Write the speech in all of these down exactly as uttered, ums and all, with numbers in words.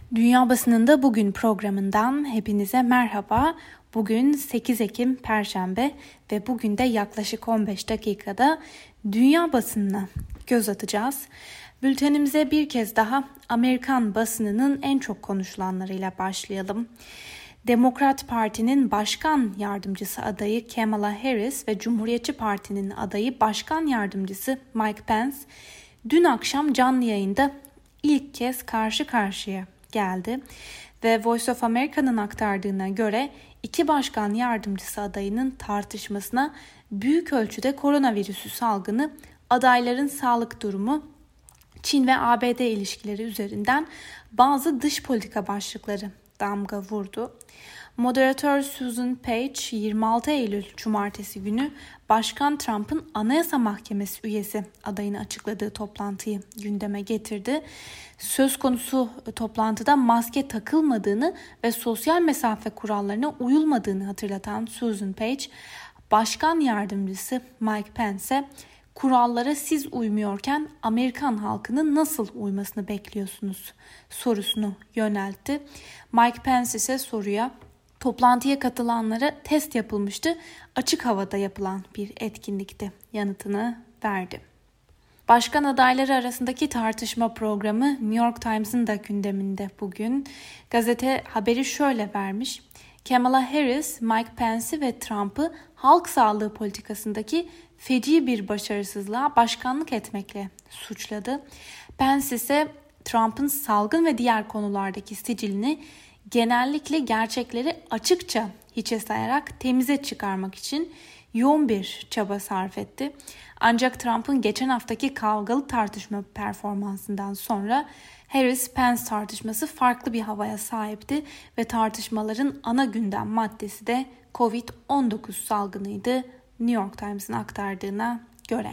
Dünya Basınında Bugün programından hepinize merhaba. Bugün sekiz Ekim Perşembe ve bugün de yaklaşık on beş dakikada dünya basınına göz atacağız. Bültenimize bir kez daha Amerikan basınının en çok konuşulanlarıyla başlayalım. Demokrat Parti'nin başkan yardımcısı adayı Kamala Harris ve Cumhuriyetçi Parti'nin adayı başkan yardımcısı Mike Pence dün akşam canlı yayında ilk kez karşı karşıya geldi ve Voice of America'nın aktardığına göre iki başkan yardımcısı adayının tartışmasına büyük ölçüde koronavirüsü salgını, adayların sağlık durumu, Çin ve A B D ilişkileri üzerinden bazı dış politika başlıkları damga vurdu. Moderatör Susan Page yirmi altı Eylül Cumartesi günü Başkan Trump'ın Anayasa Mahkemesi üyesi adayını açıkladığı toplantıyı gündeme getirdi. Söz konusu toplantıda maske takılmadığını ve sosyal mesafe kurallarına uyulmadığını hatırlatan Susan Page, Başkan Yardımcısı Mike Pence'e kurallara siz uymuyorken Amerikan halkının nasıl uymasını bekliyorsunuz sorusunu yöneltti. Mike Pence ise soruya toplantıya katılanlara test yapılmıştı, açık havada yapılan bir etkinlikti yanıtını verdi. Başkan adayları arasındaki tartışma programı New York Times'ın da gündeminde bugün. Gazete haberi şöyle vermiş. Kamala Harris, Mike Pence'i ve Trump'ı halk sağlığı politikasındaki feci bir başarısızlığa başkanlık etmekle suçladı. Pence ise Trump'ın salgın ve diğer konulardaki sicilini genellikle gerçekleri açıkça hiçe sayarak temize çıkarmak için yoğun bir çaba sarf etti. Ancak Trump'ın geçen haftaki kavgalı tartışma performansından sonra Harris-Pence tartışması farklı bir havaya sahipti ve tartışmaların ana gündem maddesi de covid on dokuz salgınıydı New York Times'ın aktardığına göre.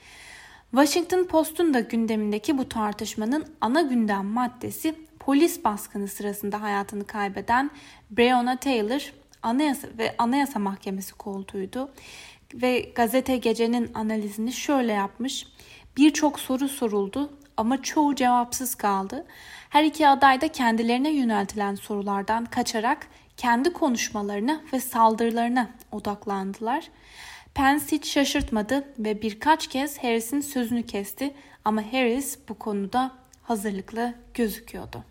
Washington Post'un da gündemindeki bu tartışmanın ana gündem maddesi polis baskını sırasında hayatını kaybeden Breonna Taylor Anayasa ve Anayasa Mahkemesi koltuğuydu. Ve gazete gecenin analizini şöyle yapmış. Birçok soru soruldu ama çoğu cevapsız kaldı. Her iki aday da kendilerine yöneltilen sorulardan kaçarak kendi konuşmalarına ve saldırılarına odaklandılar. Pence hiç şaşırtmadı ve birkaç kez Harris'in sözünü kesti ama Harris bu konuda hazırlıklı gözüküyordu.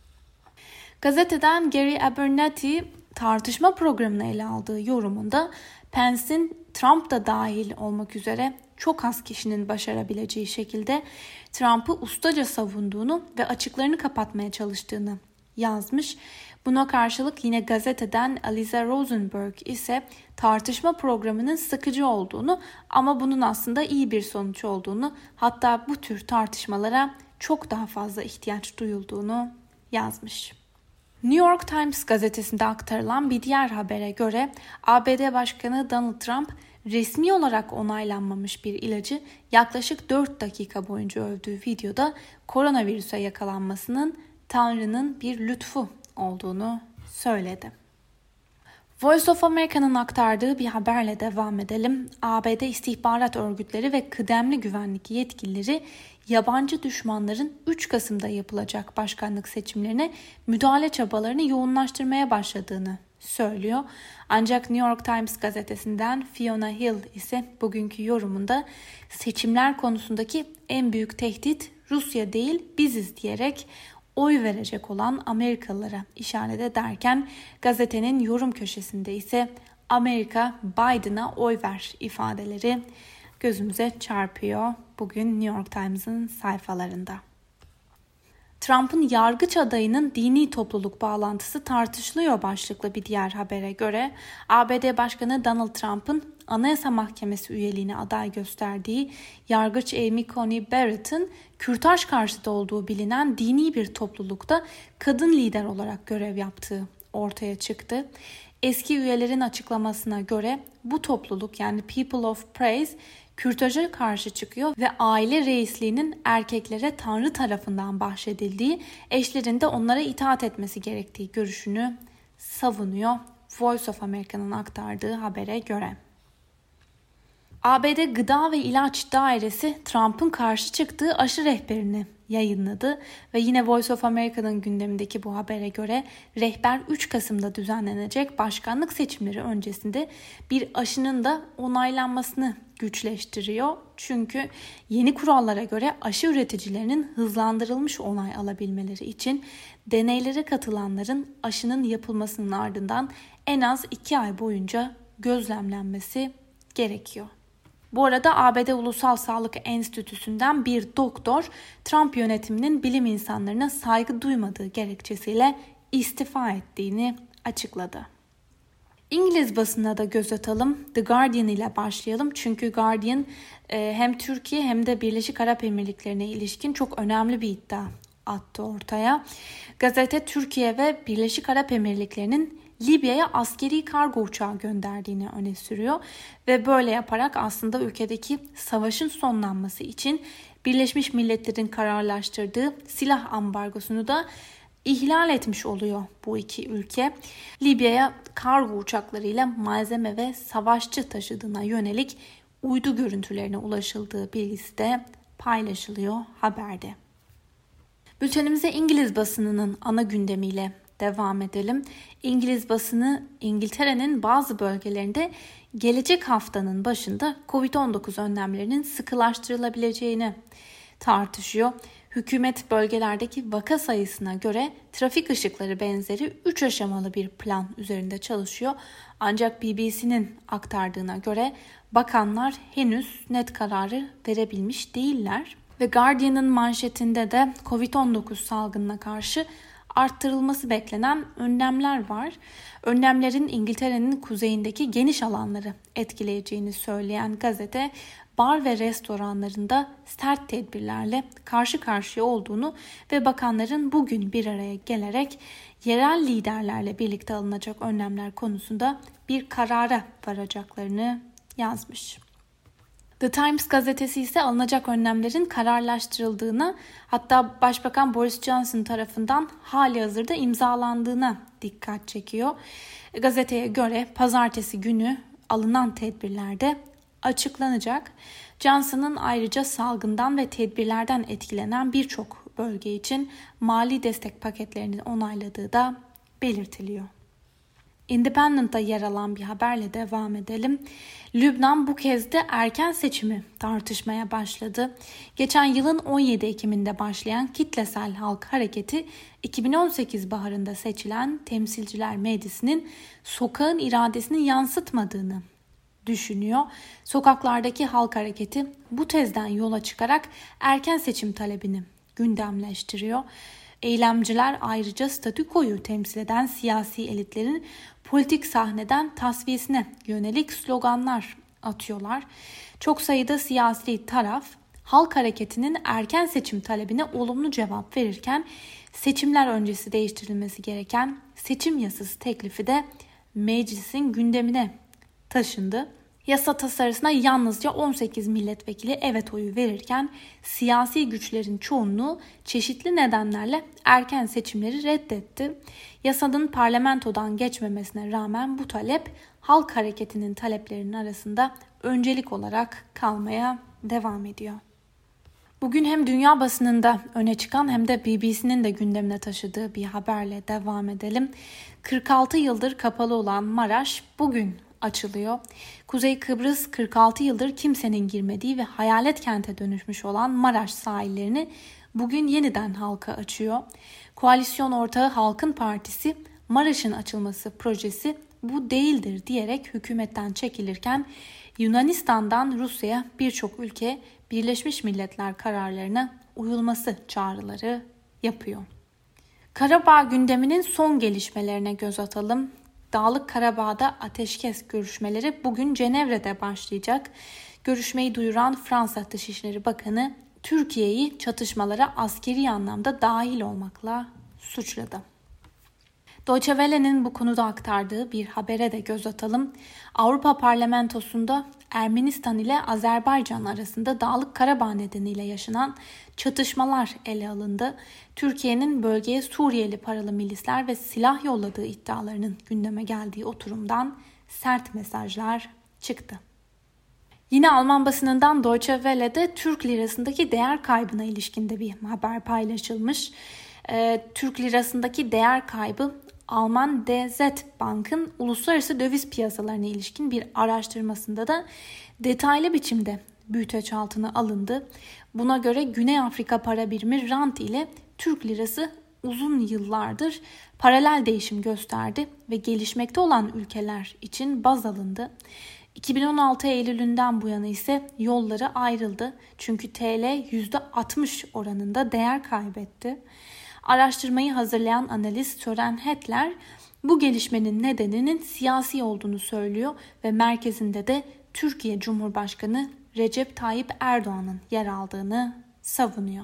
Gazeteden Gary Abernathy tartışma programını ele aldığı yorumunda Pence'in Trump da dahil olmak üzere çok az kişinin başarabileceği şekilde Trump'ı ustaca savunduğunu ve açıklarını kapatmaya çalıştığını yazmış. Buna karşılık yine gazeteden Aliza Rosenberg ise tartışma programının sıkıcı olduğunu ama bunun aslında iyi bir sonuç olduğunu, hatta bu tür tartışmalara çok daha fazla ihtiyaç duyulduğunu yazmış. New York Times gazetesinde aktarılan bir diğer habere göre A B D Başkanı Donald Trump resmi olarak onaylanmamış bir ilacı yaklaşık dört dakika boyunca övdüğü videoda koronavirüse yakalanmasının Tanrı'nın bir lütfu olduğunu söyledi. Voice of America'nın aktardığı bir haberle devam edelim. A B D istihbarat örgütleri ve kıdemli güvenlik yetkilileri yabancı düşmanların üç Kasım'da yapılacak başkanlık seçimlerine müdahale çabalarını yoğunlaştırmaya başladığını söylüyor. Ancak New York Times gazetesinden Fiona Hill ise bugünkü yorumunda seçimler konusundaki en büyük tehdit Rusya değil biziz diyerek oy verecek olan Amerikalılara işaret ederken gazetenin yorum köşesinde ise Amerika Biden'a oy ver ifadeleri gözümüze çarpıyor bugün New York Times'ın sayfalarında. Trump'ın yargıç adayının dini topluluk bağlantısı tartışılıyor başlıklı bir diğer habere göre A B D Başkanı Donald Trump'ın Anayasa Mahkemesi üyeliğine aday gösterdiği yargıç Amy Coney Barrett'ın kürtaj karşıtı olduğu bilinen dini bir toplulukta kadın lider olarak görev yaptığı ortaya çıktı. Eski üyelerin açıklamasına göre bu topluluk yani People of Praise kürtaja karşı çıkıyor ve aile reisliğinin erkeklere Tanrı tarafından bahşedildiği, eşlerin de onlara itaat etmesi gerektiği görüşünü savunuyor Voice of America'nın aktardığı habere göre. A B D Gıda ve İlaç Dairesi Trump'ın karşı çıktığı aşı rehberini yayınladı ve yine Voice of America'nın gündemindeki bu habere göre rehber üç Kasım'da düzenlenecek başkanlık seçimleri öncesinde bir aşının da onaylanmasını güçleştiriyor. Çünkü yeni kurallara göre aşı üreticilerinin hızlandırılmış onay alabilmeleri için deneylere katılanların aşının yapılmasının ardından en az iki ay boyunca gözlemlenmesi gerekiyor. Bu arada A B D Ulusal Sağlık Enstitüsü'nden bir doktor Trump yönetiminin bilim insanlarına saygı duymadığı gerekçesiyle istifa ettiğini açıkladı. İngiliz basınına da göz atalım. The Guardian ile başlayalım. Çünkü Guardian hem Türkiye hem de Birleşik Arap Emirlikleri'ne ilişkin çok önemli bir iddia attı ortaya. Gazete Türkiye ve Birleşik Arap Emirlikleri'nin Libya'ya askeri kargo uçağı gönderdiğini öne sürüyor ve böyle yaparak aslında ülkedeki savaşın sonlanması için Birleşmiş Milletler'in kararlaştırdığı silah ambargosunu da ihlal etmiş oluyor bu iki ülke. Libya'ya kargo uçaklarıyla malzeme ve savaşçı taşıdığına yönelik uydu görüntülerine ulaşıldığı bilgisi de paylaşılıyor haberde. Bültenimize İngiliz basınının ana gündemiyle devam edelim. İngiliz basını İngiltere'nin bazı bölgelerinde gelecek haftanın başında kovid on dokuz önlemlerinin sıkılaştırılabileceğini tartışıyor. Hükümet bölgelerdeki vaka sayısına göre trafik ışıkları benzeri üç aşamalı bir plan üzerinde çalışıyor. Ancak B B C'nin aktardığına göre bakanlar henüz net kararı verebilmiş değiller. Ve Guardian'ın manşetinde de kovid on dokuz salgınına karşı arttırılması beklenen önlemler var. Önlemlerin İngiltere'nin kuzeyindeki geniş alanları etkileyeceğini söyleyen gazete, bar ve restoranlarında sert tedbirlerle karşı karşıya olduğunu ve bakanların bugün bir araya gelerek yerel liderlerle birlikte alınacak önlemler konusunda bir karara varacaklarını yazmış. The Times gazetesi ise alınacak önlemlerin kararlaştırıldığına, hatta Başbakan Boris Johnson tarafından hali hazırda imzalandığına dikkat çekiyor. Gazeteye göre pazartesi günü alınan tedbirlerde açıklanacak. Johnson'ın ayrıca salgından ve tedbirlerden etkilenen birçok bölge için mali destek paketlerini onayladığı da belirtiliyor. Independent'ta yer alan bir haberle devam edelim. Lübnan bu kez de erken seçimi tartışmaya başladı. Geçen yılın on yedi Ekim'inde başlayan kitlesel halk hareketi iki bin on sekiz baharında seçilen Temsilciler Meclisi'nin sokağın iradesini yansıtmadığını düşünüyor. Sokaklardaki halk hareketi bu tezden yola çıkarak erken seçim talebini gündemleştiriyor. Eylemciler ayrıca statükoyu temsil eden siyasi elitlerin politik sahneden tasfiyesine yönelik sloganlar atıyorlar. Çok sayıda siyasi taraf halk hareketinin erken seçim talebine olumlu cevap verirken seçimler öncesi değiştirilmesi gereken seçim yasası teklifi de meclisin gündemine taşındı. Yasa tasarısına yalnızca on sekiz milletvekili evet oyu verirken siyasi güçlerin çoğunluğu çeşitli nedenlerle erken seçimleri reddetti. Yasanın parlamentodan geçmemesine rağmen bu talep halk hareketinin taleplerinin arasında öncelik olarak kalmaya devam ediyor. Bugün hem dünya basınında öne çıkan hem de B B C'nin de gündemine taşıdığı bir haberle devam edelim. kırk altı yıldır kapalı olan Maraş bugün açılıyor. Kuzey Kıbrıs kırk altı yıldır kimsenin girmediği ve hayalet kente dönüşmüş olan Maraş sahillerini bugün yeniden halka açıyor. Koalisyon ortağı Halkın Partisi Maraş'ın açılması projesi bu değildir diyerek hükümetten çekilirken Yunanistan'dan Rusya'ya birçok ülke Birleşmiş Milletler kararlarına uyulması çağrıları yapıyor. Karabağ gündeminin son gelişmelerine göz atalım. Dağlık Karabağ'da ateşkes görüşmeleri bugün Cenevre'de başlayacak. Görüşmeyi duyuran Fransa Dışişleri Bakanı Türkiye'yi çatışmalara askeri anlamda dahil olmakla suçladı. Deutsche Welle'nin bu konuda aktardığı bir habere de göz atalım. Avrupa Parlamentosu'nda Ermenistan ile Azerbaycan arasında Dağlık Karabağ nedeniyle yaşanan çatışmalar ele alındı. Türkiye'nin bölgeye Suriyeli paralı milisler ve silah yolladığı iddialarının gündeme geldiği oturumdan sert mesajlar çıktı. Yine Alman basınından Deutsche Welle'de Türk lirasındaki değer kaybına ilişkin de bir haber paylaşılmış. Ee, Türk lirasındaki değer kaybı Alman D Z Bank'ın uluslararası döviz piyasalarına ilişkin bir araştırmasında da detaylı biçimde büyüteç altına alındı. Buna göre Güney Afrika para birimi rand ile Türk lirası uzun yıllardır paralel değişim gösterdi ve gelişmekte olan ülkeler için baz alındı. iki bin on altı Eylül'ünden bu yana ise yolları ayrıldı. Çünkü T L yüzde altmış oranında değer kaybetti. Araştırmayı hazırlayan analist Sören Hetler bu gelişmenin nedeninin siyasi olduğunu söylüyor ve merkezinde de Türkiye Cumhurbaşkanı Recep Tayyip Erdoğan'ın yer aldığını savunuyor.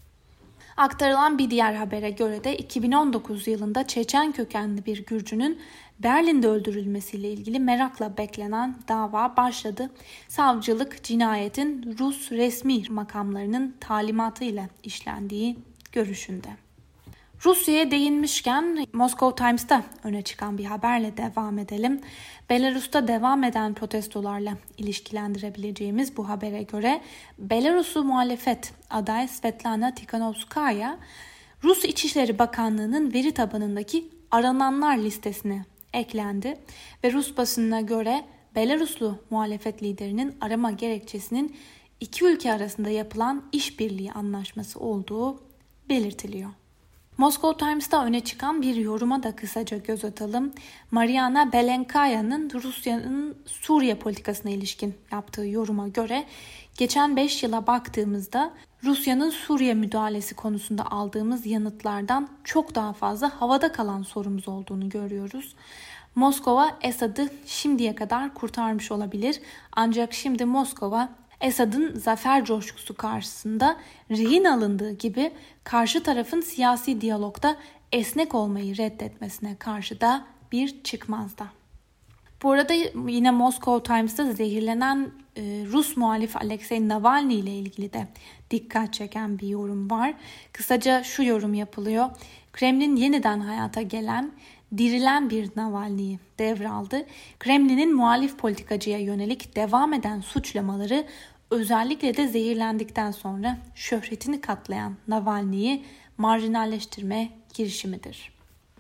Aktarılan bir diğer habere göre de iki bin on dokuz yılında Çeçen kökenli bir Gürcünün Berlin'de öldürülmesiyle ilgili merakla beklenen dava başladı. Savcılık cinayetin Rus resmi makamlarının talimatıyla işlendiği görüşünde. Rusya'ya değinmişken Moscow Times'ta öne çıkan bir haberle devam edelim. Belarus'ta devam eden protestolarla ilişkilendirebileceğimiz bu habere göre Belaruslu muhalefet adayı Svetlana Tikhanovskaya, Rus İçişleri Bakanlığı'nın veri tabanındaki arananlar listesine eklendi ve Rus basınına göre Belaruslu muhalefet liderinin arama gerekçesinin iki ülke arasında yapılan işbirliği anlaşması olduğu belirtiliyor. Moscow Times'ta öne çıkan bir yoruma da kısaca göz atalım. Mariana Belenkaya'nın Rusya'nın Suriye politikasına ilişkin yaptığı yoruma göre geçen beş yıla baktığımızda Rusya'nın Suriye müdahalesi konusunda aldığımız yanıtlardan çok daha fazla havada kalan sorumuz olduğunu görüyoruz. Moskova Esad'ı şimdiye kadar kurtarmış olabilir, ancak şimdi Moskova Esad'ın zafer coşkusu karşısında rehin alındığı gibi karşı tarafın siyasi diyalogda esnek olmayı reddetmesine karşı da bir çıkmazda. Bu arada yine Moscow Times'ta zehirlenen e, Rus muhalif Alexei Navalny ile ilgili de dikkat çeken bir yorum var. Kısaca şu yorum yapılıyor. Kremlin yeniden hayata gelen, dirilen bir Navalny'yi devraldı. Kremlin'in muhalif politikacıya yönelik devam eden suçlamaları, özellikle de zehirlendikten sonra şöhretini katlayan Navalny'yi marjinalleştirme girişimidir.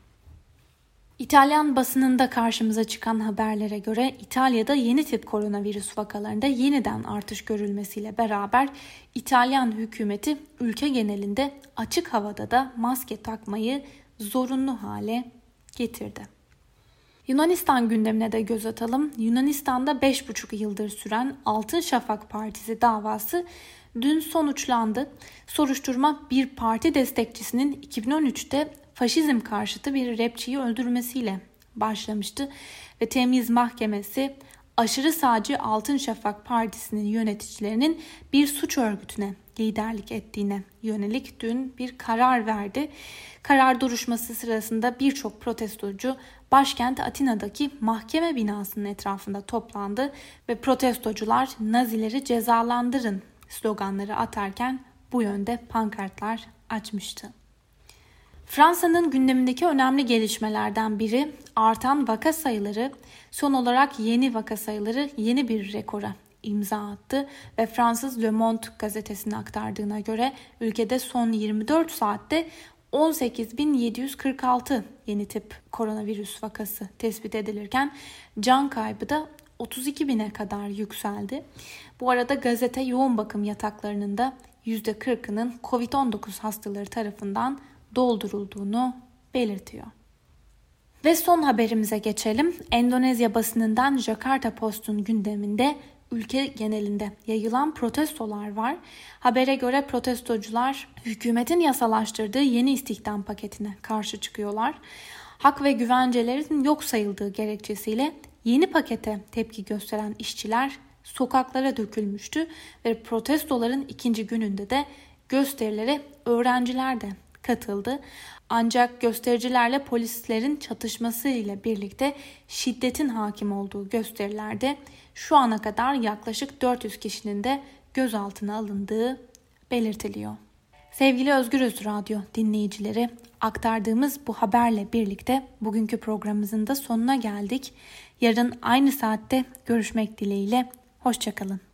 İtalyan basınında karşımıza çıkan haberlere göre İtalya'da yeni tip koronavirüs vakalarında yeniden artış görülmesiyle beraber İtalyan hükümeti ülke genelinde açık havada da maske takmayı zorunlu hale getirdi. Yunanistan gündemine de göz atalım. Yunanistan'da beş buçuk yıldır süren Altın Şafak Partisi davası dün sonuçlandı. Soruşturma bir parti destekçisinin iki bin on üçte faşizm karşıtı bir rapçiyi öldürmesiyle başlamıştı ve Temiz Mahkemesi aşırı sağcı Altın Şafak Partisi'nin yöneticilerinin bir suç örgütüne liderlik ettiğine yönelik dün bir karar verdi. Karar duruşması sırasında birçok protestocu başkent Atina'daki mahkeme binasının etrafında toplandı ve protestocular Nazileri cezalandırın sloganları atarken bu yönde pankartlar açmıştı. Fransa'nın gündemindeki önemli gelişmelerden biri artan vaka sayıları, son olarak yeni vaka sayıları yeni bir rekora imza attı ve Fransız Le Monde gazetesinin aktardığına göre ülkede son yirmi dört saatte on sekiz bin yedi yüz kırk altı yeni tip koronavirüs vakası tespit edilirken can kaybı da otuz iki bine kadar yükseldi. Bu arada gazete yoğun bakım yataklarının da yüzde kırkının kovid on dokuz hastaları tarafından doldurulduğunu belirtiyor. Ve son haberimize geçelim. Endonezya basınından Jakarta Post'un gündeminde ülke genelinde yayılan protestolar var. Habere göre protestocular hükümetin yasalaştırdığı yeni istihdam paketine karşı çıkıyorlar. Hak ve güvencelerin yok sayıldığı gerekçesiyle yeni pakete tepki gösteren işçiler sokaklara dökülmüştü ve protestoların ikinci gününde de gösterilere öğrenciler de katıldı. Ancak göstericilerle polislerin çatışması ile birlikte şiddetin hakim olduğu gösterilerde şu ana kadar yaklaşık dört yüz kişinin de gözaltına alındığı belirtiliyor. Sevgili Özgürüz Radyo dinleyicileri, aktardığımız bu haberle birlikte bugünkü programımızın da sonuna geldik. Yarın aynı saatte görüşmek dileğiyle, hoşça kalın.